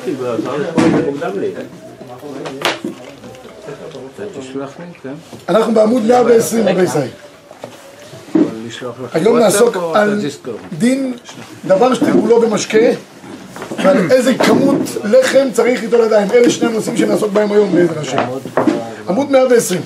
ראיתי, מוקדם לי. תשלח לי, כן. אנחנו בעמוד 120 רבי ישראל. היום נעסוק על דין דבר שתראו במשקה ועל איזה כמות לחם צריך איתו לידיים. אלה שני הנושאים שנעסוק בהם היום בעזר השם. עמוד 120.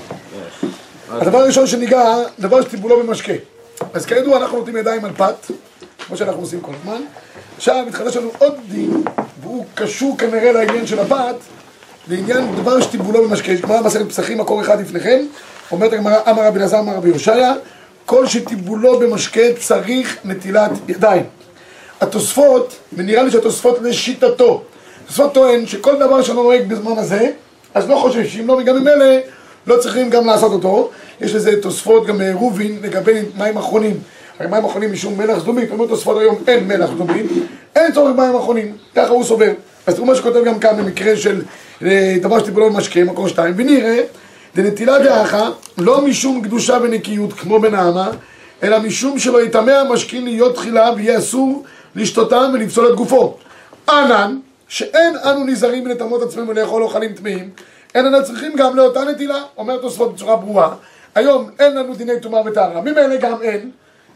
הדבר הראשון שניגע, דבר שתראו במשקה. אז כידוע אנחנו נותנים ידיים על פת, כמו שאנחנו עושים כל הזמן. עכשיו מתחדש לנו עוד דין, והוא קשור כנראה לעניין של הפת, לעניין דבר שתיבולו במשקה. גמרא מסכת פסחים, מקור אחד לפניכם, אומרת הגמרא, אמר רבי אלעזר אמר רבי יושעיה, כל שתיבולו במשקה צריך נטילת ידיים. התוספות, ונראה לי שהתוספות לשיטתו, התוספות טוען שכל דבר שלא נוהג בזמן הזה, אז לא חוששים, לא, וגם עם אלה לא צריכים גם לעשות אותו. יש לזה תוספות גם רובין לגבי מים אחרונים. הרי מים אחרונים משום מלח סדומית, אומרת תוספות היום אין מלח סדומית, אין צורך מים אחרונים, ככה הוא סובר. אז תראו מה שכותב גם כאן במקרה של דבר שתיבולו במשקה, מקור 2, ונראה, דנטילת דאחה, לא משום קדושה ונקיות כמו בנעמה, אלא משום שלא יטמא המשקין להיות תחילה ויהיה אסור לשתותם ולפסול את גופו. ענן, שאין אנו נזהרים מלטמאות עצמנו לאכול אוכלים טמאים, אין אנו צריכים גם לאותה נטילה, אומר תוספות בצורה ברורה. היום אין לנו דיני טומאה וטהרה, ממילא גם אין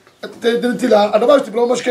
נטילה, הדבר שתיבולו במשקה.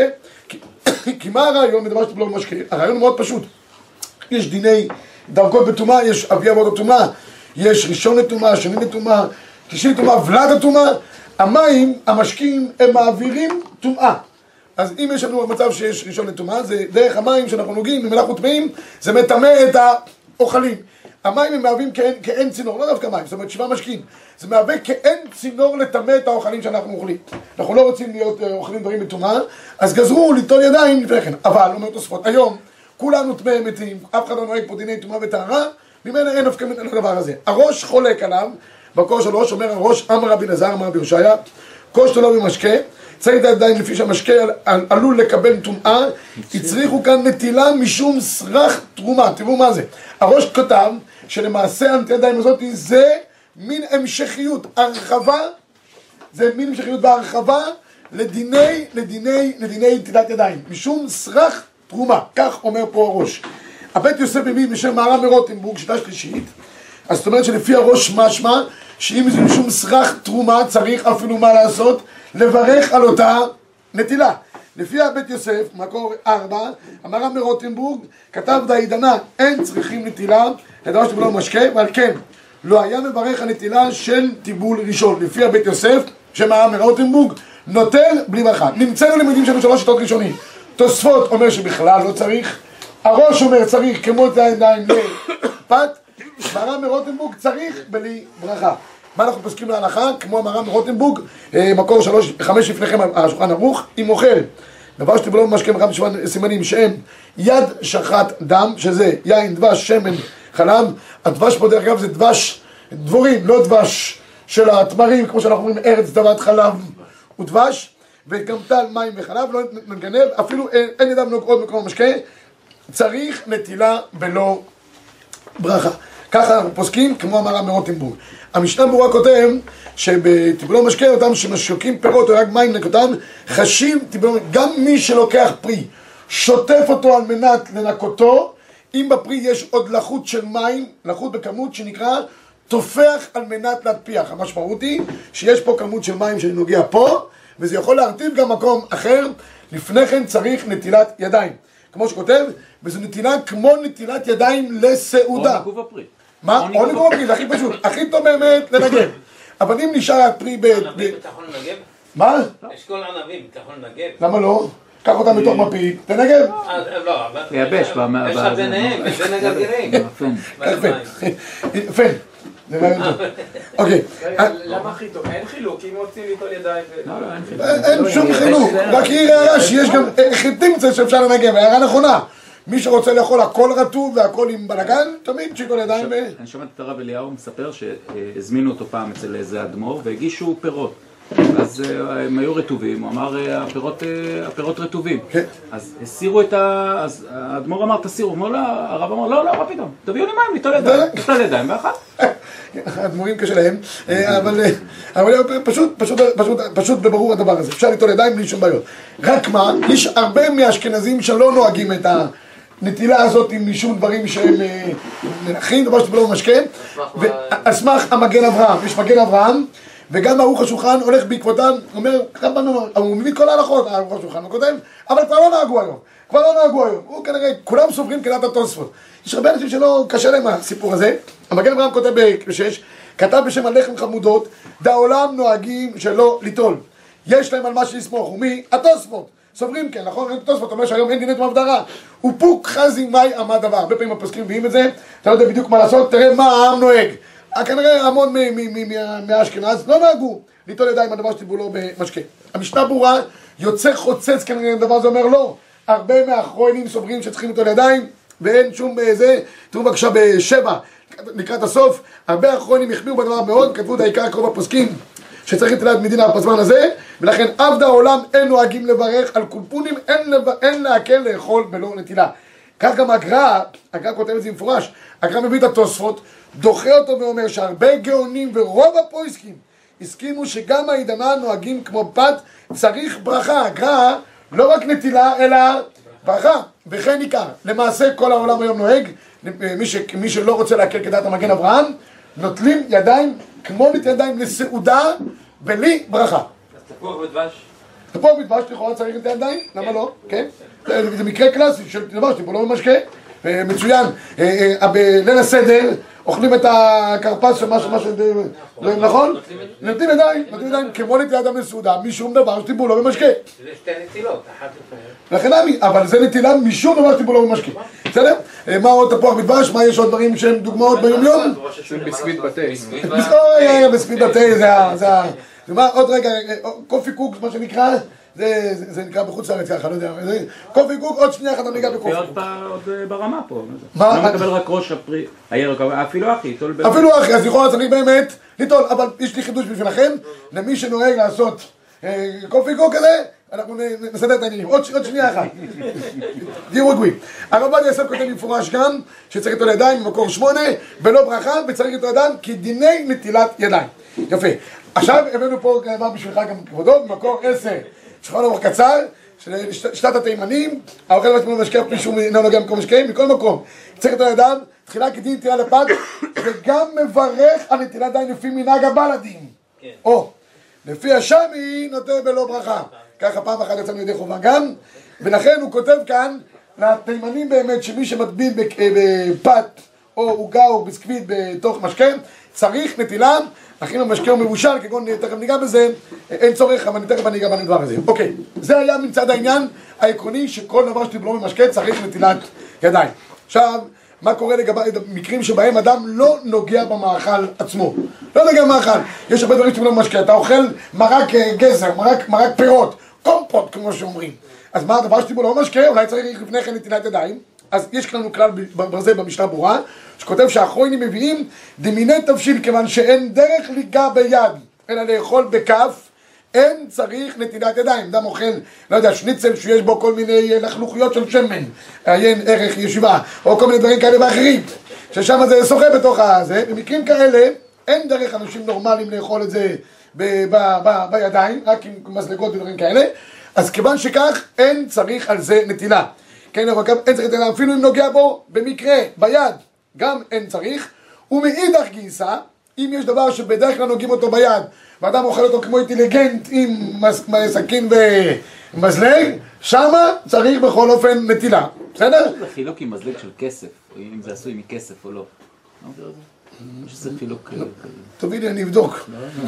כי מה הרעיון בדבר שתיבולו במשקה? הרעיון הוא מאוד פשוט. יש דיני דרגות בטומאה, יש אבי אבות הטומאה, יש ראשון לטומאה, שני לטומאה, שלישי לטומאה, ולד הטומאה. המים, המשקים, הם מעבירים טומאה. אז אם יש לנו מצב שיש ראשון לטומאה, זה דרך המים שאנחנו נוגעים, אם אנחנו טמאים, זה מטמא את האוכלים. המים הם מהווים כאין צינור, לא דווקא מים, זאת אומרת 7 משקים. זה מהווה כאין צינור לטמא את האוכלים שאנחנו אוכלים. אנחנו לא רוצים להיות אוכלים דברים בטומאה, אז גזרו ליטול ידיים לפני כן. אבל, אומר תוספות, היום כולנו טמאי מתים, אף אחד לא נוהג פה דיני טומאה וטהרה, ממנו אין נפקא מינה לדבר הזה. הראש חולק עליו, בקור של ראש אומר הראש, אמר רבי אלעזר, אמר רבי יושעיה, כל שתולו במשקה, צריך את הידיים לפי שהמשקה עלול לקבל טומאה, הצריכו כאן נטילה משום סרח תרומה. תראו מה זה. הראש כתב שלמעשה הנטילת הידיים הזאת זה מין המשכיות, הרחבה, זה מין המשכיות והרחבה לדיני נטילת ידיים, משום סרח תרומה. כך אומר פה הראש. הבית יוסף מביא בשם מהר"ם מרוטנבורג, שיטה שלישית, אז זאת אומרת שלפי הראש משמע שאם זה משום סרח תרומה צריך אפילו מה לעשות? לברך על אותה נטילה. לפי הבית יוסף, מקור 4, המהר"ם מרוטנבורג כתב דעידנא אין צריכים נטילה לדבר שתיבולו במשקה, ועל כן לא היה מברך הנטילה של טיבול ראשון. לפי הבית יוסף, שמהר"ם מרוטנבורג נוטל בלי ברכה. נמצאנו לימודים שלנו 3 שיטות ראשונים. תוספות אומר שבכלל לא צריך, הראש אומר צריך כמו את הידיים לפת, מהר"ם מרוטנבורג צריך בלי ברכה. מה אנחנו פוסקים להלכה? כמו המהר"ם מרוטנבורג, מקור 5 לפניכם השולחן ערוך, אם אוכל דבר שתיבולו במשקה מאחד משבעת סימנים שהם יד שחת דם, שזה יין, דבש, שמן, חלב. הדבש פה דרך אגב זה דבש דבורים, לא דבש של התמרים, כמו שאנחנו אומרים ארץ זבת חלב ודבש, וגם טל, מים וחלב, לא נגנב, אפילו אין ידיו נוגעות במקום המשקה, צריך נטילה בלא ברכה. ככה אנחנו פוסקים כמו המהר"ם מרוטנבורג. המשנה ברורה כותב שבטיבולו במשקה אותם שמשקים פירות או רק מים נקותם, חשים טיבולו, גם מי שלוקח פרי שוטף אותו על מנת לנקותו, אם בפרי יש עוד לחות של מים, לחות בכמות שנקרא תופח על מנת להטפיח. המשמעות היא שיש פה כמות של מים שנוגע פה, וזה יכול להרטיב גם מקום אחר. לפני כן צריך נטילת ידיים, כמו שכותב, וזו נטילה כמו נטילת ידיים לסעודה. או נגוב הפרי. מה? או נגוב הפרי, זה הכי פשוט. הכי טוב באמת לנגב. אבל אם נשאר הפרי ענבים אתה יכול לנגב? מה? אשכול ענבים אתה יכול לנגב? למה לא? קח אותם בתוך מפית, תנגב. לא, יבש. יש לך ביניהם, בין הגרגירים. פן. זה רעיון טוב. אוקיי. למה הכי טוב? אין חילוק, אם רוצים ליטול ידיים אין שום חילוק, רק היא הערה שיש גם חיטים שאפשר לנגב, הערה נכונה. מי שרוצה לאכול הכל רטוב והכל עם בלגן, תמיד שיטול ידיים. אני שומעת את הרב אליהו מספר שהזמינו אותו פעם אצל איזה אדמו"ר והגישו פירות. אז הם היו רטובים, הוא אמר הפירות רטובים. אז הסירו את אז האדמו"ר אמר תסירו, הרב אמר לא, מה פתאום, תביאו לי מים, ליטול ידיים ואחת. האדמו"רים כשלהם, אבל פשוט בברור הדבר הזה, אפשר ליטול ידיים בלי שום בעיות. רק מה, יש הרבה מהאשכנזים שלא נוהגים את הנטילה הזאת עם משום דברים שהם מנחים, דבר שתבלו במשקה, על סמך המגן אברהם, יש מגן אברהם, וגם ערוך השולחן הולך בעקבותם, הוא מביא כל ההלכות, ערוך השולחן, הוא כותב, אבל כבר לא נהגו היום, הוא כנראה, כולם סוברים כדת התוספות. יש הרבה אנשים שלא קשה להם הסיפור הזה, המגן אברהם כותב ב-6, כתב בשם הלחם חמודות, דעולם נוהגים שלא ליטול. יש להם על מה שיסמוך, ומי? התוספות. סוברים כן, נכון? אין תוספות, אומר שהיום אין דיני טומאה וטהרה. ופוק חזי מאי עמד דבר. הרבה פעמים הפוסקים מביאים את זה, אתה לא יודע בדיוק מה לעשות, תראה מה העם נוהג. כנראה המון מהאשכנז לא נהגו ליטול ידיים הדבר שטיבו לו במשקה. המשנה ברורה, יוצא חוצץ כנראה הדבר הזה אומר לא. הרבה מהאחרונים סוברים שצריכים ליטול ידיים, ואין שום זה. תראו בבקשה בשבע, לקראת הסוף, הרבה האחרונים החמירו בדבר מאוד, כתבו את העיקר קרוב הפוסקים. שצריך לתלת מדינה בזמן הזה, ולכן עבד העולם אין נוהגים לברך על קולפונים, אין להקל לאכול בלא נטילה. כך גם הגר"א כותב את זה במפורש, הגר"א מביא את התוספות, דוחה אותו ואומר שהרבה גאונים ורוב הפוסקים הסכימו שגם העידנן נוהגים כמו פת, צריך ברכה. הגר"א לא רק נטילה אלא ברכה, וכן עיקר. למעשה כל העולם היום נוהג, מי שלא רוצה להקל כדעת המגן אברהם, נוטלים ידיים כמו ידיים לסעודה בלי ברכה. אז תפוח בדבש? תפוח בדבש לכאורה צריך את הידיים, למה לא? כן? זה מקרה קלאסי של דבש, טיפול לא במשקה, מצוין. בליל הסדר אוכלים את הכרפס של משהו, נכון? נוטלים ידיים כמו ידיים לסעודה, משום דבר שטיפול לא במשקה. זה שתי נטילות, אחת לכן אבל זה נטילה משום דבר שטיפול לא במשקה. בסדר? מה עוד תפוח בדבש? מה יש עוד דברים שהם דוגמאות ביום יום? ביסקוויט בתה. ביסקוויט בתה זה מה עוד רגע, קופי קוק מה שנקרא, זה נקרא בחוץ לארץ ככה, לא יודע, קופי קוק עוד שנייה אחת נמיגה בקופי קוק. עוד ברמה פה, לא מקבל רק ראש הפרי, הירק, אפילו אחי, אפילו אחי, אז לכאורה צריך באמת ליטול, אבל יש לי חידוש בשבילכם, למי שנוהג לעשות קופי קוק כזה, אנחנו נסדר את העניינים, עוד שנייה אחת. תהיו רגועים. הרב עובדיה יוסף כותב במפורש גם שצריך ליטול ידיים במקור 8 בלא ברכה, וצריך ליטול ידיים כדיני נטילת ידיים. יפה. עכשיו הבאנו פה דבר בשבילך גם כבודו, במקור 10, שולחן ערוך קצר, שתת התימנים, האוכל בעצמו משקה מישהו אינו נוגע במקום משקה, מכל מקום. צריך ליטול ידיים, תחילה כדין נטילה לפת, וגם מברך על נטילת ידיים לפי מנהג הבלדים. או, לפי השמי נוטה בלא ברכה. ככה פעם אחת יצאנו ידי חובה גם, ולכן הוא כותב כאן לתימנים באמת שמי שמטביל בפת או עוגה או ביסקוויט בתוך משקה, צריך נטילה, אך אם המשקה הוא מבושל, כגון תכף ניגע בזה, אין צורך, אבל תכף אני אגע בדבר הזה. אוקיי, זה היה מצד העניין העקרוני שכל דבר שתבלום במשקה צריך נטילת ידיים. עכשיו, מה קורה לגבי מקרים שבהם אדם לא נוגע במאכל עצמו? לא נוגע במאכל, יש הרבה דברים שתבלום במשקה, אתה אוכל מרק גזר, מרק פירות, קומפוט כמו שאומרים. אז מה הדבר שתבלום במשקה? אולי צריך לפני כן נטילת ידיים. אז יש לנו כלל ברזל במשנה ברורה, שכותב שהאחרונים מביאים דמיני תבשיל, כיוון שאין דרך ליגע ביד, אלא לאכול בכף, אין צריך נטילת ידיים. אדם אוכל, לא יודע, שניצל שיש בו כל מיני לחלוכיות של שמן, עיין ערך ישיבה, או כל מיני דברים כאלה ואחרים, ששם זה שוחה בתוך הזה. במקרים כאלה, אין דרך אנשים נורמליים לאכול את זה בידיים, רק עם מזלגות ודברים כאלה, אז כיוון שכך, אין צריך על זה נטילה. כן, אבל גם אין צריך נטילה, אפילו אם נוגע בו במקרה, ביד, גם אין צריך. ומאידך גיסא, אם יש דבר שבדרך כלל נוגעים אותו ביד, ואדם אוכל אותו כמו אינטליגנט עם סכין ומזלג, שמה צריך בכל אופן נטילה. בסדר? זה חילוק עם מזלג של כסף, או אם זה עשוי מכסף או לא. שזה חילוק... תביא לי, אני אבדוק.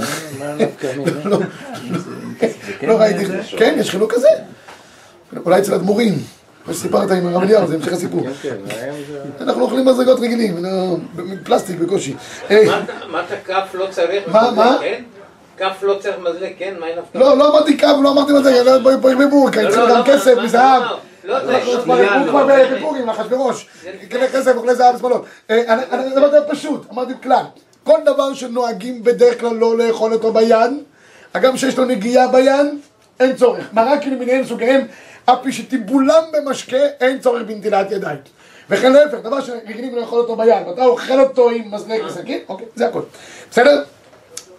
לא ראיתי. כן, יש חילוק כזה? אולי אצל אדמו"רים. כמו שסיפרת עם הרב אליהו, זה המשך הסיפור. אנחנו אוכלים מזלגות רגילים, פלסטיק בקושי. מה אתה כף לא צריך מזלג, כן? כף לא צריך מזלג, כן? מה נפקא? לא אמרתי כף, לא אמרתי מזלג, בואי ירבבו, כי צריך גם כסף מזהב. הוא כבר בפורים, לאחשוורוש. כסף, אוכלי זהב ושמאלות. זה דבר פשוט, אמרתי כלל. כל דבר שנוהגים בדרך כלל לא לאכול אותו ביד, אגם שיש לו נגיעה ביד, אין צורך. מרק למיניהם סוגיהם, אף פי שטיבולם במשקה, אין צורך בנטילת ידיים. וכן להפך, דבר שרגילים לאכול אותו ביד, ואתה אוכל אותו עם מזלג וסכין, אוקיי, זה הכל. בסדר?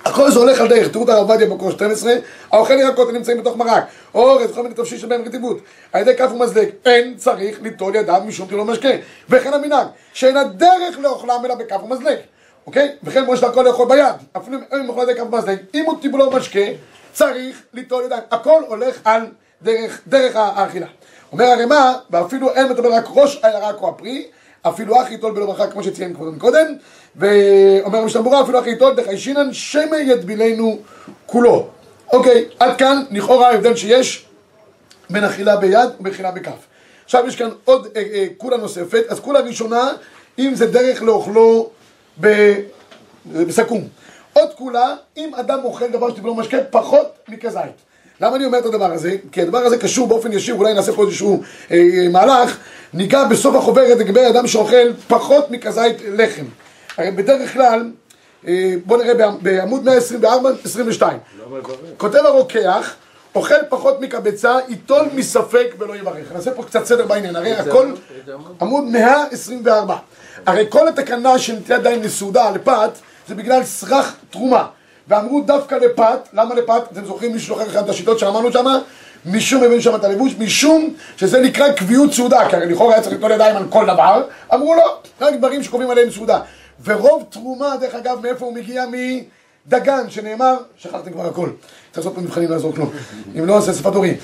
הכל זה הולך על דרך, תראו את הרב עובדיה במקור 12, האוכל ירקות נמצאים בתוך מרק, אורז, כל מיני תבשיל שבהם רטיבות, על ידי כף ומזלג, אין צריך ליטול ידיו משום תלול משקה, וכן המנהג, שאין הדרך לאוכלם אלא בכף ומזלג, אוקיי? וכן כמו שהכל לאכול ביד, אפילו אם אוכל על ידי כף ומזלג, אם הוא טיבולו משקה, צריך ליטול ידיים, הכל הולך על דרך האכילה. אומר הרמ"א, ואפילו אין מטבל רק ראש הירק או הפרי, אפילו אחי יטול בלא ברכה כמו שציין קודם, ואומר המשנה ברורה, אפילו אחי יטול דחיישינן שמא יטבילנו כולו. אוקיי, עד כאן לכאורה ההבדל שיש בין אכילה ביד ובאכילה בכף. עכשיו יש כאן עוד כולה נוספת, אז כולה ראשונה, אם זה דרך לאוכלו בסכו"ם. עוד כולה, אם אדם אוכל דבר שטיבולו משקה פחות מכזית. למה אני אומר את הדבר הזה? כי הדבר הזה קשור באופן ישיר, אולי נעשה פה איזשהו מהלך, ניגע בסוף החוברת לגבי אדם שאוכל פחות מכזית לחם. הרי בדרך כלל, בוא נראה בעמוד 124-22, כותב הרוקח, אוכל פחות מקבצה, ייטול מספק ולא יברך. נעשה פה קצת סדר בעניין, הרי הכל, עמוד 124. הרי כל התקנה של נטילת ידיים לסעודה, לפת, זה בגלל סרח תרומה. ואמרו דווקא לפת, למה לפת? אתם זוכרים מישהו זוכר אחד את השיטות שאמרנו שמה? משום מבין שם את הלבוש, משום שזה נקרא קביעות סעודה, כי הרי לכאורה היה צריך ליטול ידיים על כל דבר, אמרו לא, רק דברים שקובעים עליהם סעודה. ורוב תרומה, דרך אגב, מאיפה הוא מגיע? מדגן, שנאמר, שכחתם כבר הכל, צריך לעשות פה מבחנים לעזור כלום, אם לא עושה שפת הורים.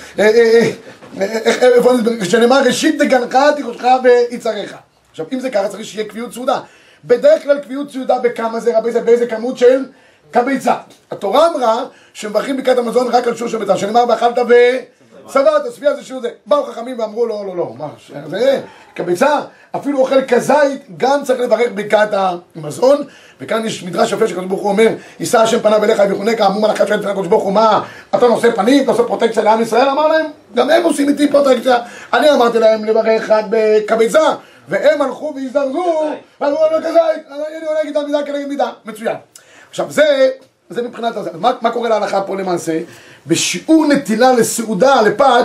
שנאמר, ראשית דגנך, תיכושך ויצריך. עכשיו, אם זה ככה, צריך שיהיה קביעות סעודה. בדרך כלל קביעות סעודה בכמה זה רבי זה, באיזה כמות של כביצה. התורה אמרה שמברכים ברכת המזון רק על שיעור של ביצה, שנאמר ואכלת וסברת, הספייה זה שיעור זה. באו חכמים ואמרו לא, מה, זה כביצה, אפילו אוכל כזית, גם צריך לברך ברכת המזון. וכאן יש מדרש יפה שקדוש ברוך הוא אומר, יישא השם פניו אליך ויחונקה, אמרו מלאכת שואלת לפני הקדוש ברוך הוא, מה, אתה נושא פנים, אתה עושה פרוטקציה לעם ישראל? אמר להם, גם הם עושים איתי פרוטקציה. אני אמרתי להם לברך רק בכביצה, והם הלכו והזדרזו, ואמרו לו כזית, אני עולה להגיד מידה כנגד מידה, מצוין. עכשיו זה מבחינת הזה, מה קורה להלכה פה למעשה? בשיעור נטילה לסעודה, לפת,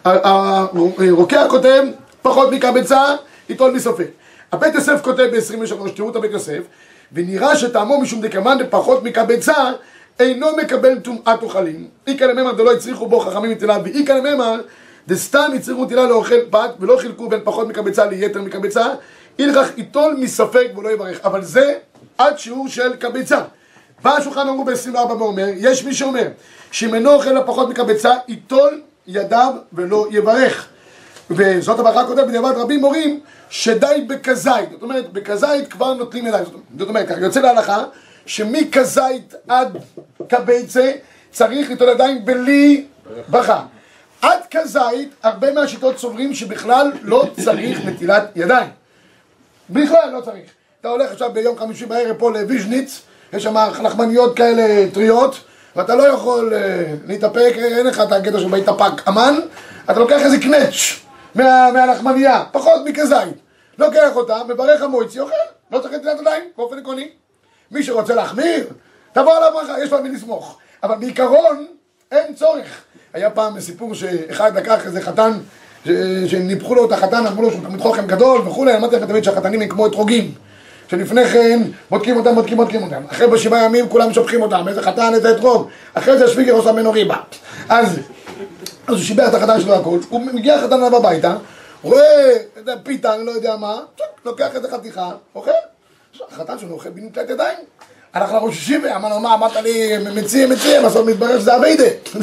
הרוקח כותב פחות מקבצה, ייטול מספק. הבית יוסף כותב ב-23, תראו את הבית יוסף, ונראה שטעמו משום דקמן פחות מקבצה, אינו מקבל טומאת אוכלים. איקא לממר דלא הצריכו בו חכמים נטילה, ואיקא לממר דסתם הצריכו נטילה לאוכל פת, ולא חילקו בין פחות מקבצה ליתר מקבצה, ילכך ייטול מספק ולא יברך. אבל זה עד שיעור של קבצה. בא השולחן ערוך ב-24 ואומר, יש מי שאומר, שאם אינו אוכל לפחות מקבצה, ייטול ידיו ולא יברך. וזאת הברכה כותב בדיעבד רבים מורים שדי בכזית. זאת אומרת, בכזית כבר נוטלים ידיים. זאת אומרת, ככה יוצא להלכה, שמכזית עד קבצה צריך ליטול ידיים בלי ברכה. עד כזית, הרבה מהשיטות סוברים שבכלל לא צריך נטילת ידיים. בכלל לא צריך. אתה הולך עכשיו ביום חמישי בערב פה לוויז'ניץ, יש שם לחמניות כאלה טריות, ואתה לא יכול להתאפק, אין לך את הקטע שבא להתאפק אמן, אתה לוקח איזה קנץ' מהלחמניה, פחות מכזית. לוקח אותה, מברך המויצי, אוכל, לא צריך נטילת ידיים, באופן עקרוני. מי שרוצה להחמיר, תבוא עליו ברכה, יש לו מי לסמוך. אבל בעיקרון, אין צורך. היה פעם סיפור שאחד לקח איזה חתן, שניפחו לו את החתן, אמרו לו שהוא תמיד חוכם גדול וכולי, אמרתי לכם תמיד שהחתנים הם כמו אתרוגים. שלפני כן בודקים אותם. אחרי בשבעה ימים כולם שופכים אותם, איזה חתן, איזה אתרוג. אחרי זה השוויגר עושה ממנו ריבה. אז הוא שיבח את החתן שלו הכל, הוא מגיע החתן אליו הביתה, רואה את הפיתה, אני לא יודע מה, לוקח איזה חתיכה, אוכל. החתן שלו אוכל בנטילת ידיים. אנחנו רוששים, אמרנו, מה, אמרת לי, מציעים, בסוף מתברר שזה אביידה.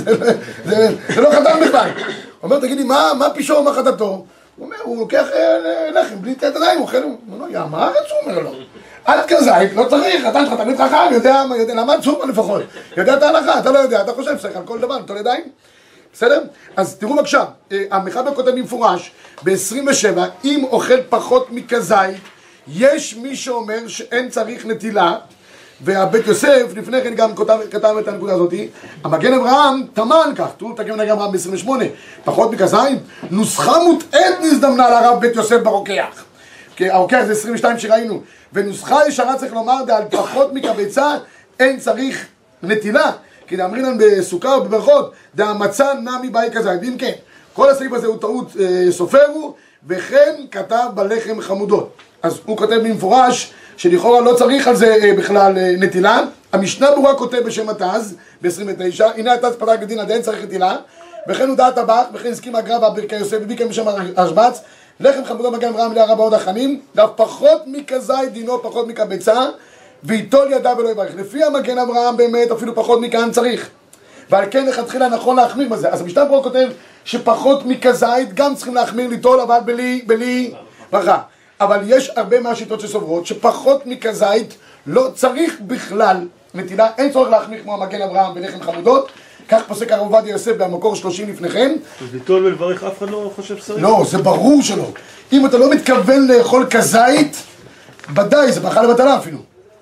זה לא חתן בכלל. הוא אומר, תגידי, מה פישור, מה חתתו? הוא אומר, הוא לוקח לחם, בלי נטילת ידיים, הוא אוכל, הוא אומר, יא, מה הארץ? הוא אומר לו. עד כזית, לא צריך, חתן שלך תמיד חכם, יודע, למד צומה לפחות. יודע את ההלכה, אתה לא יודע, אתה חושב שצריך על כל דבר, נטול ידיים. בסדר? אז תראו בבקשה, המחבר כותב במפורש, ב-27, אם אוכל פחות מכזית, יש מי שאומר שאין צריך נטילה, והבית יוסף לפני כן גם כתב את הנקודה הזאת, המגן אברהם תמן כך, תראו את המגן אברהם ב-28, פחות מכזית, נוסחה מוטעית נזדמנה לרב בית יוסף ברוקח, כי הרוקח זה 22 שראינו, ונוסחה ישרה צריך לומר, דעל פחות מקבצה אין צריך נטילה, כי דאמרינן בסוכה ובברכות, דאמצה נמי באי כזית, ואם כן, כל הסעיף הזה הוא טעות סופרו, וכן כתב בלחם חמודות. אז הוא כותב במפורש שלכאורה לא צריך על זה בכלל נטילה, המשנה ברורה כותב בשם התז, ב-29, הנה התז פתח בדין הדין, צריך רתילה, וכן הוא דעת הבח, וכן הסכים הגרא והברכי יוסף, וביקם בשם השבץ, לחם חמודו מגן אברהם מלאה רבה עוד החנים, ואף פחות מכזית דינו, פחות מכביצה, ויטול ידיו ולא יברך. לפי המגן אברהם באמת, אפילו פחות מכאן צריך. ועל כן לכתחילה נכון להחמיר בזה. אז המשנה ברורה כותב שפחות מכזית גם צריכים להחמיר ליטול, אבל בלי ברכה. אבל יש הרבה מהשיטות שסוברות שפחות מכזית לא צריך בכלל נטילה, אין צורך להחמיר כמו המגן אברהם בלחם חמודות, כך פוסק הרב עובדיה יוסף במקור 30 לפניכם. אז ליטול ולברך אף אחד לא חושב שצריך? לא, זה ברור שלא. אם אתה לא מתכוון לאכול כזית, ודאי, זה ברכה לבטלה אפילו.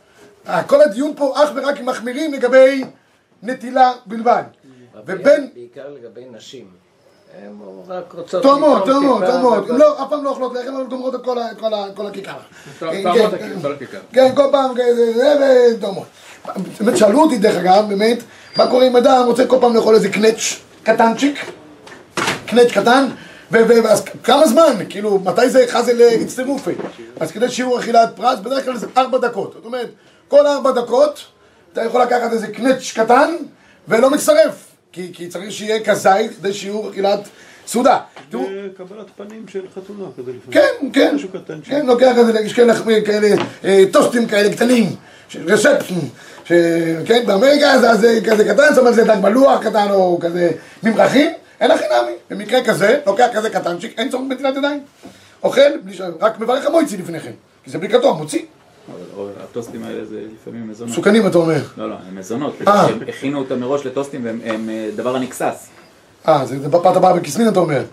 כל הדיון פה אך ורק עם מחמירים לגבי נטילה בלבד. ובין... בעיקר לגבי נשים. הן רק רוצות... תאומות. אף פעם לא אוכלות לחם, אבל תאומרות את כל הכיכר. תאומות כל הכיכר. כן, כל פעם זה ותאומות. באמת שאלו אותי דרך אגב, באמת, מה קורה אם אדם רוצה כל פעם לאכול איזה קנץ' קטנצ'יק, קנץ' קטן, ואז כמה זמן, כאילו, מתי זה חזל להצטרופי? אז כדי שיעור אכילת פרס, בדרך כלל זה 4 דקות. זאת אומרת, כל 4 דקות אתה יכול לקחת איזה קנץ' קטן ולא מצטרף, כי צריך שיהיה כזית כדי שיעור אכילת סעודה. זה קבלת פנים של חתונה כזה לפעמים. כן, משהו קטנצ'יק. כן, לוקח כאלה טוסטים כאלה קטנים, רספטים, כן, באמריקה זה כזה קטן, זאת אומרת זה דג מלוח קטן או כזה ממרחים, אין הכי נמי. במקרה כזה, לוקח כזה קטנצ'יק, אין צורך בנטילת ידיים. אוכל, רק מברך המויצי לפניכם, כי זה בלי כתוב, מוציא. הטוסטים האלה זה לפעמים מזונות. סוכנים אתה אומר. לא, הם מזונות. הם הכינו אותם מראש לטוסטים והם דבר הנקסס. זה בפת הבאה בקסמין אתה אומר.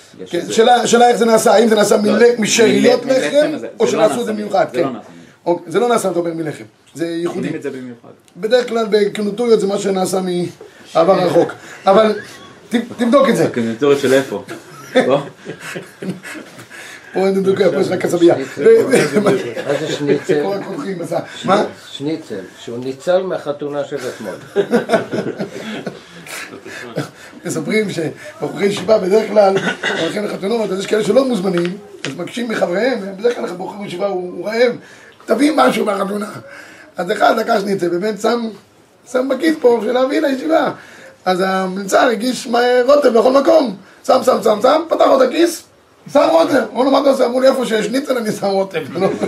שאלה איך זה נעשה, האם זה נעשה משאריות לחם, או שנעשו את זה מיוחד. זה לא נעשה, אתה אומר, מלחם. זה ייחודי. קונים את זה במיוחד. בדרך כלל בקונוטוריות זה מה שנעשה מעבר רחוק. אבל תבדוק את זה. הקונוטוריות של איפה? פה אין דוקה, פה יש רק קצבייה. מה זה שניצל? מה? שניצל, שהוא ניצל מהחתונה של אתמול. מספרים שבחורי ישיבה בדרך כלל הולכים לחתונות, אז יש כאלה שלא מוזמנים, אז מקשים מחבריהם, בדרך כלל בחור ישיבה הוא רעב, תביא משהו מהחתונה. אז אחד לקח שניצל, באמת שם בכיס פה בשביל להביא לישיבה. אז המלצר הגיש רוטב בכל מקום, שם, פתח עוד הכיס, שם רוטב. אמרו לו, מה אתה עושה? אמרו לי, איפה שיש שניצל אני שם רוטב.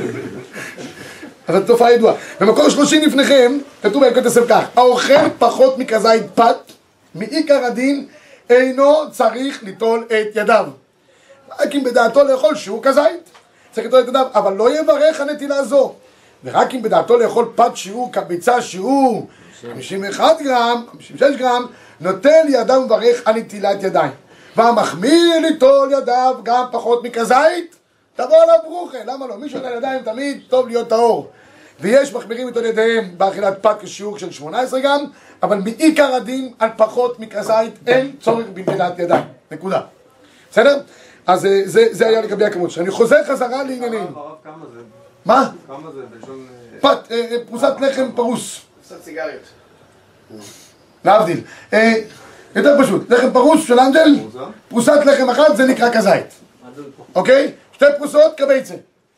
אבל תופעה ידועה. במקור 30 לפניכם, כתוב ביקוד הסף כך, האוכל פחות מכזית פת, מעיקר הדין אינו צריך ליטול את ידיו. רק אם בדעתו לאכול שיעור כזית, צריך ליטול את ידיו, אבל לא יברך הנטילה זו. ורק אם בדעתו לאכול פת שיעור, כביצה שיעור, 51 גרם, 56 גרם, נוטל ידיו ומברך על נטילת ידיים. והמחמיר ליטול ידיו גם פחות מכזית, תבוא עליו ברוכה. למה לא? מי שנטל ידיים תמיד טוב להיות טהור. ויש מחמירים ליטול ידיהם באכילת פת כשיעור של 18 גרם, אבל מעיקר הדין על פחות מכזית אין צורך בנטילת ידיים. נקודה. בסדר? אז זה היה לגבי הכמות. אני חוזר חזרה לענייננו. כמה זה? מה? כמה זה בלשון... פת, פרוסת לחם פרוס. פרוסת סיגריות. להבדיל. יותר פשוט, לחם פרוס של אנג'ל, פרוסת לחם אחת זה נקרא כזית. אוקיי? 2 פרוסות כביצה.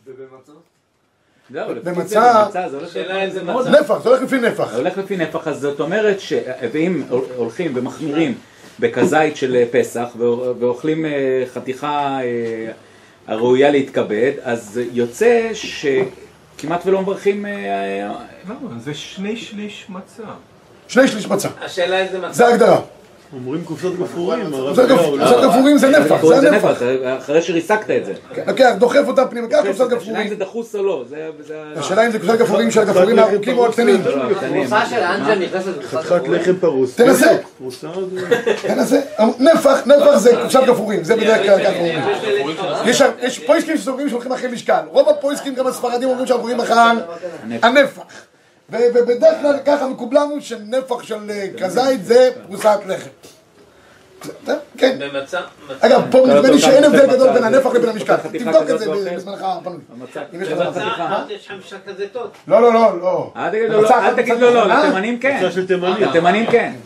ובמצה? במצה, זה נפח, זה הולך לפי נפח. זה הולך לפי נפח, אז זאת אומרת שאם הולכים ומחמירים בכזית של פסח ואוכלים חתיכה הראויה להתכבד, אז יוצא שכמעט ולא מברכים... לא, זה 2/3 מצה. 2/3 מצה. השאלה איזה מצה. זה ההגדרה. אומרים קופסת גפרורים. קופסת גפרורים זה נפח, זה הנפח. אחרי שריסקת את זה. לוקח, דוחף אותה פנימה, קח קופסת השאלה אם גפרורים. זה דחוס או לא. השאלה אם זה קופסת גפרורים של הגפרורים הארוכים או הקטנים. הפרוסה של אנג'ל נכנסת חתיכת לחם פרוס. תנסה. פרוסה תנסה. נפח זה קופסת גפרורים, זה בדרך כלל ככה אומרים. יש פויסקים שסוברים שהולכים אחרי משקל. רוב הפויסקים גם הספרדים אומרים שאנחנו הולכים אחר הנפח. ובדרך כלל ככה מקובל לנו שנפח של כזית זה פרוסת לחם. כן. אגב, פה נדמה לי שאין הבדל גדול בין הנפח לבין המשקל. תבדוק את זה בזמנך הפנוי. יש 5 כזיתות. לא. אל תגיד לא, לתימנים כן. לתימנים כן.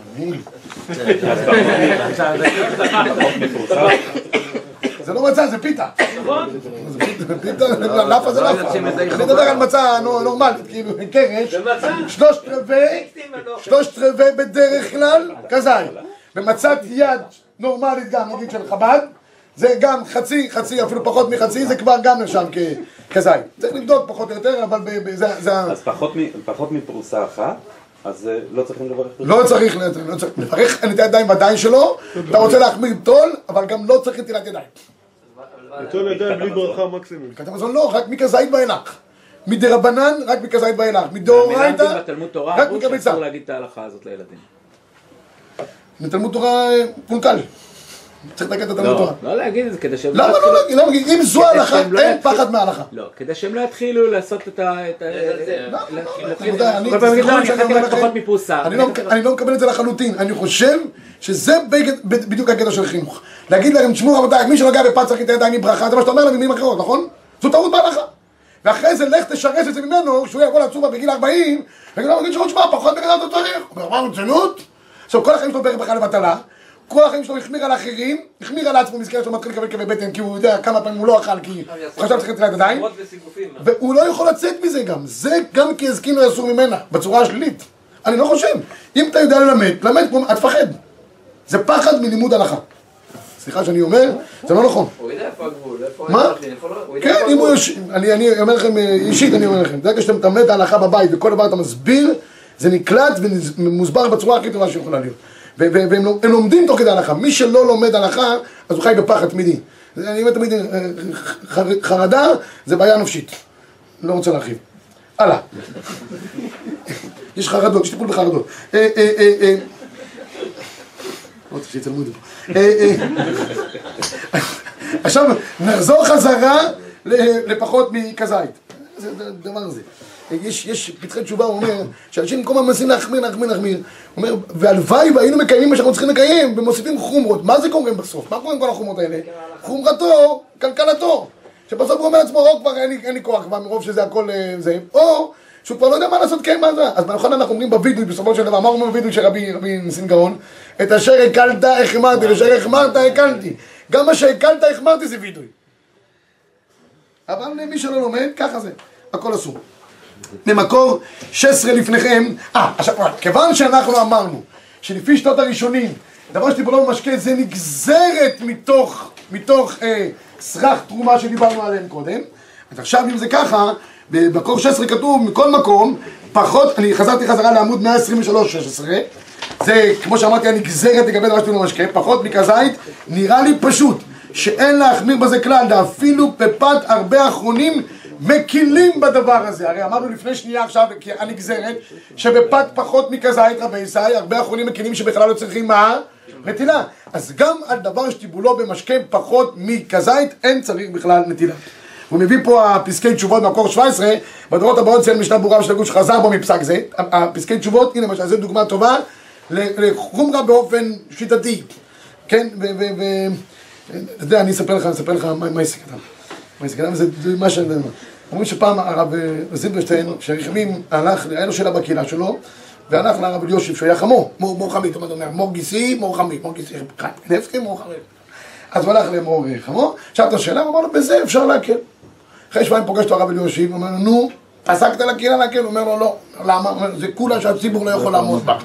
זה לא מצה, זה פיתה. נכון? פיתה, לאפה זה לאפה. אני מדבר על מצה נורמלית, כאילו, קרש. זה מצה. שלושת רבעי בדרך כלל, כזית. במצת יד נורמלית גם, נגיד של חב"ד, זה גם חצי, אפילו פחות מחצי, זה כבר גם נרשם כזית. צריך לבדוק פחות או יותר, אבל זה... אז פחות מפרוסה אחת, אז לא צריכים לברך? לא צריך לברך נטילת ידיים ודאי שלא, אתה רוצה להחמיר טול, אבל גם לא צריך נטילת ידיים. נטול ידיים בלי ברכה מקסימום. כתב הזון לא, רק מכזית ואילך. מדרבנן, רק מכזית ואילך. מדאורייתא, מלמדים בתלמוד תורה רק אמרו מקבצה. שאסור להגיד את ההלכה הזאת לילדים. בתלמוד תורה פונקל. צריך לתקן את התלמוד תורה. לא להגיד את זה כדי שהם למה לא להגיד? אם זו ההלכה, אין פחד מההלכה. לא, כדי שהם לא יתחילו לעשות את ה... אני כל פעם להגיד, לא, אני חייתי רק פחות מפרוסה. אני לא מקבל את זה לחלוטין. אני חושב שזה בדיוק הקטע של חינוך. להגיד להם, תשמעו רבותיי, מי שנוגע בפת צריך את הידיים מברכה, זה מה שאתה אומר למילים אחרות, נכון? זו טעות בהלכה. ואחרי זה לך תשרש את זה ממנו, שהוא יבוא לצובה בגיל 40, וגיד לו, נגיד שמה, פחות בגלל אתה צריך. הוא אומר, מה רצינות? עכשיו, כל החיים שלו בערך בכלל לבטלה, כל החיים שלו החמיר על האחרים, החמיר על עצמו, מסכן שלו מתחיל לקבל כאבי בטן, כי הוא יודע כמה פעמים הוא לא אכל, כי הוא חשב צריך לתת ידיים, והוא לא יכול לצאת מזה גם, זה גם כי הזקין לא יסור ממנה, בצורה השלילית. אני לא חושב, אם אתה יודע ללמד פה, אל תפחד. זה פחד מלימוד הלכה. סליחה שאני אומר, זה לא נכון. הוא יודע איפה הגבול, מה? כן, אם הוא אני אומר לכם, אישית אני אומר לכם, זה כשאתה מלמד ההלכה בבית וכל דבר אתה מסביר, זה נקלט ומוסבר בצורה הכי טובה שיכולה להיות. והם לומדים תוך כדי הלכה. מי שלא לומד הלכה, אז הוא חי בפחד תמידי. אני אומר תמיד, חרדה זה בעיה נפשית. לא רוצה להרחיב. הלאה. יש חרדות, יש טיפול בחרדות. לא רוצה שיצלמו את זה פה. עכשיו, נחזור חזרה לפחות מכזית. זה דבר הזה. יש פתחי תשובה, הוא אומר, שאנשים במקום מנסים להחמיר. הוא אומר, והלוואי והיינו מקיימים מה שאנחנו צריכים לקיים, ומוסיפים חומרות. מה זה קוראים בסוף? מה קוראים כל החומרות האלה? חומרתו, כלכלתו. שבסוף הוא אומר לעצמו, או כבר אין לי כוח כבר מרוב שזה הכל זה, או שהוא כבר לא יודע מה לעשות כן מה זה. אז נכון אנחנו אומרים בווידוי, בסופו של דבר, מה אומרים בווידוי של רבי ניסים גאון? את אשר הקלת החמרתי, ואשר החמרת הקלתי. גם מה שהקלת החמרתי זה וידוי. אבל מי שלא לומד, ככה זה. הכל אסור. ממקור 16 לפניכם, עכשיו, כיוון שאנחנו אמרנו שלפי שנות הראשונים, דבר שטיפולו במשקה זה נגזרת מתוך סרח תרומה שדיברנו עליהם קודם, אז עכשיו אם זה ככה, במקור 16 כתוב מכל מקום, פחות, אני חזרתי חזרה לעמוד 123-16, זה כמו שאמרתי הנגזרת לגבי דבר שטיפולו במשקה, פחות מכזית, נראה לי פשוט שאין להחמיר בזה כלל, אפילו בפת הרבה אחרונים מקילים בדבר הזה. הרי אמרנו לפני שנייה עכשיו, הנגזרת, שבפת פחות מכזית רבי ישי, הרבה אחרונים מקילים שבכלל לא צריכים מה? נטילה. אז גם על דבר שטיבולו במשקה פחות מכזית, אין צריך בכלל נטילה. הוא מביא פה הפסקי תשובות במקור 17, בדורות הבאות ציין משנה ברורה ושל הגוש שחזר בו מפסק זה. הפסקי תשובות, הנה למשל, זו דוגמה טובה, לחומרה באופן שיטתי. כן, אתה יודע, אני אספר לך מה עסק איתם. זה מה שאני אומר. אומרים שפעם הרב זילברשטיין, שרחמים הלך, היה לו שאלה בקהילה שלו, והלך לרב אליושיב, שהוא היה חמו, מור חמית, הוא אומר, מור גיסי, מור חמית, מור גיסי, נפסקי, מור חמית. אז הוא הלך למור חמו, שאל את השאלה, הוא אמר לו, בזה אפשר להקל. אחרי שבועיים פוגש אותו הרב אליושיב, הוא אומר לו, נו, עסקת לקהילה להקל? הוא אומר לו, לא. למה? הוא אומר, זה כולה שהציבור לא יכול לעמוד בה.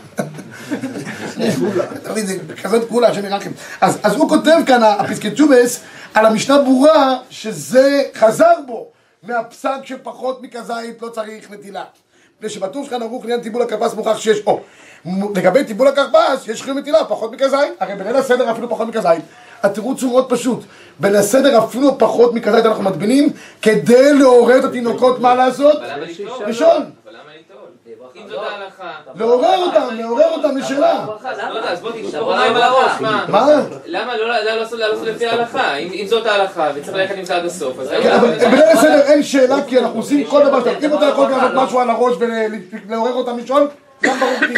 תמיד זה כזאת כולה שנראה לכם. אז הוא כותב כאן, הפסקי תשובס, על המשנה ברורה שזה חזר בו מהפסק שפחות מכזית לא צריך נטילה. ושבטור שכן ערוך לעניין טיבול הכרפס מוכח שיש, לגבי טיבול הכרפס יש חיוב נטילה פחות מכזית, הרי בליל הסדר אפילו פחות מכזית. התירוץ הוא מאוד פשוט, בליל הסדר אפילו פחות מכזית אנחנו מדבינים כדי לעורר את התינוקות מה לעשות? ראשון. אם זאת ההלכה. לעורר אותם לשאלה. אז בוא תשבור מים על הראש, מה? למה לא לעשות לפי ההלכה? אם זאת ההלכה וצריך ללכת עם זה עד הסוף, אז... בליל הסדר אין שאלה כי אנחנו עושים כל דבר שאתה, אם אתה יכול לעשות משהו על הראש ולעורר אותם לשאול, גם ברור לי.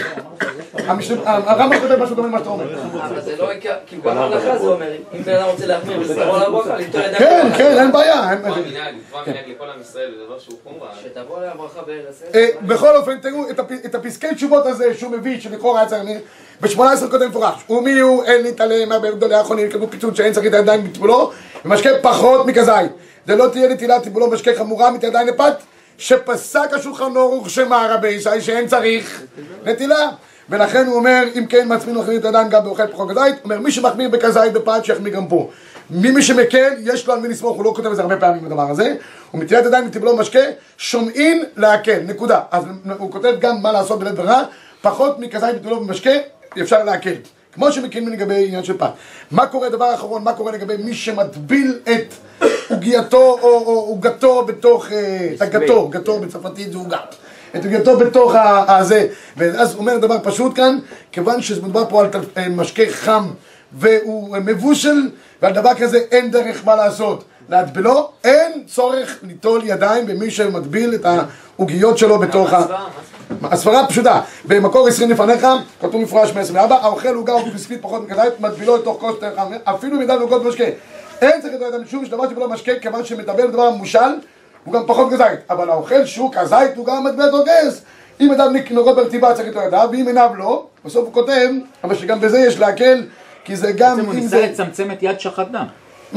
הרמב"ם כותב משהו דומה למה שאתה אומר. אבל זה לא עיקר, כי כל ההלכה זה אומר, אם בן אדם רוצה להחמיר ותבוא לברכה, ליטול ידיים. כן, כן, אין בעיה. לקבוע מנהג לכל עם ישראל, זה דבר שהוא חומרה. שתבוא לברכה בארץ. בכל אופן, תראו את הפסקי תשובות הזה שהוא מביא, שלכאורה היה צריך להחמיר, ב-18 קודם מפורש. ומי הוא? אין להתעלם מהרבה גדולי האחרונים, כתוב פיצוץ שאין צריך את הידיים בטבולו, ומשקה פחות מכזית. זה לא תהיה נטילת טיפולו משקה חמורה מתידיים לפת, שפסק השולחן ערוך שמע רבי ישי שאין צריך נטילה. ולכן הוא אומר, אם כן מעצמנו מחמיר את הידיים גם באוכל פחות כזית, הוא אומר, מי שמחמיר בכזית בפת שיחמיר גם פה. מי שמקל, יש לו על מי לסמוך, הוא לא כותב את זה הרבה פעמים בדבר הזה, הוא מטילת ידיים וטיפולו משקה, שומעין להקל, נקודה. אז הוא כותב גם מה לעשות בלית ברירה, פחות מכזית וטיפולו במשקה, אפשר להקל. כמו שמקלים לגבי עניין של פת. מה קורה, דבר אחרון, מה קורה לגבי מי שמטביל את עוגייתו או עוגתו בתוך, גתו בצרפתית זה עוגת. את עוגייתו בתוך הזה. ואז הוא אומר דבר פשוט כאן, כיוון שמדובר פה על משקה חם והוא מבושל, ועל דבר כזה אין דרך מה לעשות. להטבילו, אין צורך ליטול ידיים במי שמטביל את העוגיות שלו בתוך הסברה פשוטה. במקור 20 לפניך, כתוב מפורש 124, האוכל עוגה ובספית פחות מכזית, מטבילו לתוך כוס יותר חם, אפילו מידע ועוגות במשקה. אין צריך ליטול ידיים שום שדבר שבלו משקה, כיוון שמטבל בדבר מושל, הוא גם פחות כזית. אבל האוכל שהוא כזית, הוא גם מטבל אותו גז. אם אדם נוגעות ברטיבה צריך ליטול ידיו, ואם עיניו לא, בסוף הוא כותב, אבל שגם בזה יש להקל, כי זה גם הוא ניסה לצמצם את יד שחת דם.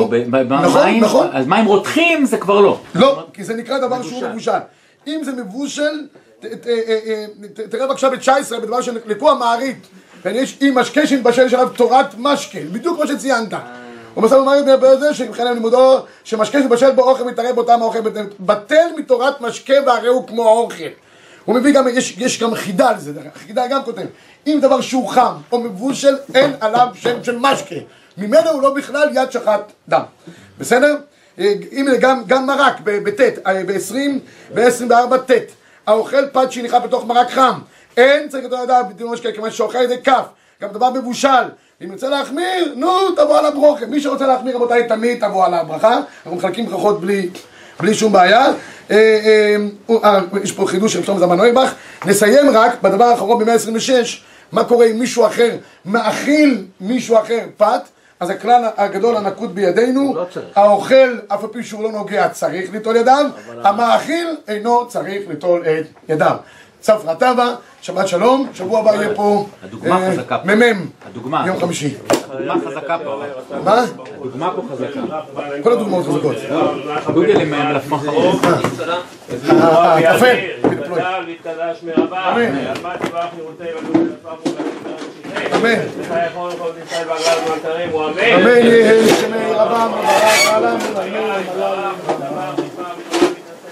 נכון. אז מים רותחים זה כבר לא. לא, כי זה נקרא דבר שהוא מבושל. אם זה מבושל, תראה בבקשה ב-19, בדבר שלקו המערית, ויש עם משקה שנתבשל יש עליו תורת משקה, בדיוק כמו שציינת. הוא מסב במערית בזה שמבחינה לימודו, שמשקה שנתבשל בו אוכל מתערב באותם האוכל, בטל מתורת משקה והרי הוא כמו האוכל. הוא מביא גם, יש גם חידה על זה, חידה גם כותב, אם דבר שהוא חם או מבושל, אין עליו שם של משקה. ממנו הוא לא בכלל יד שחת דם. בסדר? אם גם מרק בטט, ב-24 טט, האוכל פת שניחה בתוך מרק חם, אין צריך לתת ידיו בדיוק משקה, כיוון שאוכל ידי כף, גם דבר מבושל. אם רוצה להחמיר, נו, תבוא על הברוכה. מי שרוצה להחמיר, רבותיי, תמיד תבוא על הברכה. אנחנו מחלקים ברכות בלי שום בעיה. יש פה חידוש של שלום זמן נויבך. נסיים רק בדבר האחרון ב-126, מה קורה אם מישהו אחר מאכיל מישהו אחר פת, אז הכלל הגדול הנקוט בידינו, האוכל, אף על פי שהוא לא נוגע, צריך ליטול ידיו, המאכיל אינו צריך ליטול את ידיו. צפרא טבא, שבת שלום, שבוע הבא יהיה פה יום חמישי. הדוגמה חזקה פה. מה? הדוגמה פה חזקה. כל הדוגמאות חזקות. גוגל עם מלפון חרוב. יפה. להתקדש מרבה. אמן. אמן. אמן יהי שמי רבם וברק העולם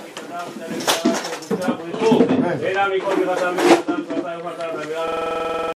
אלא מכל בירתם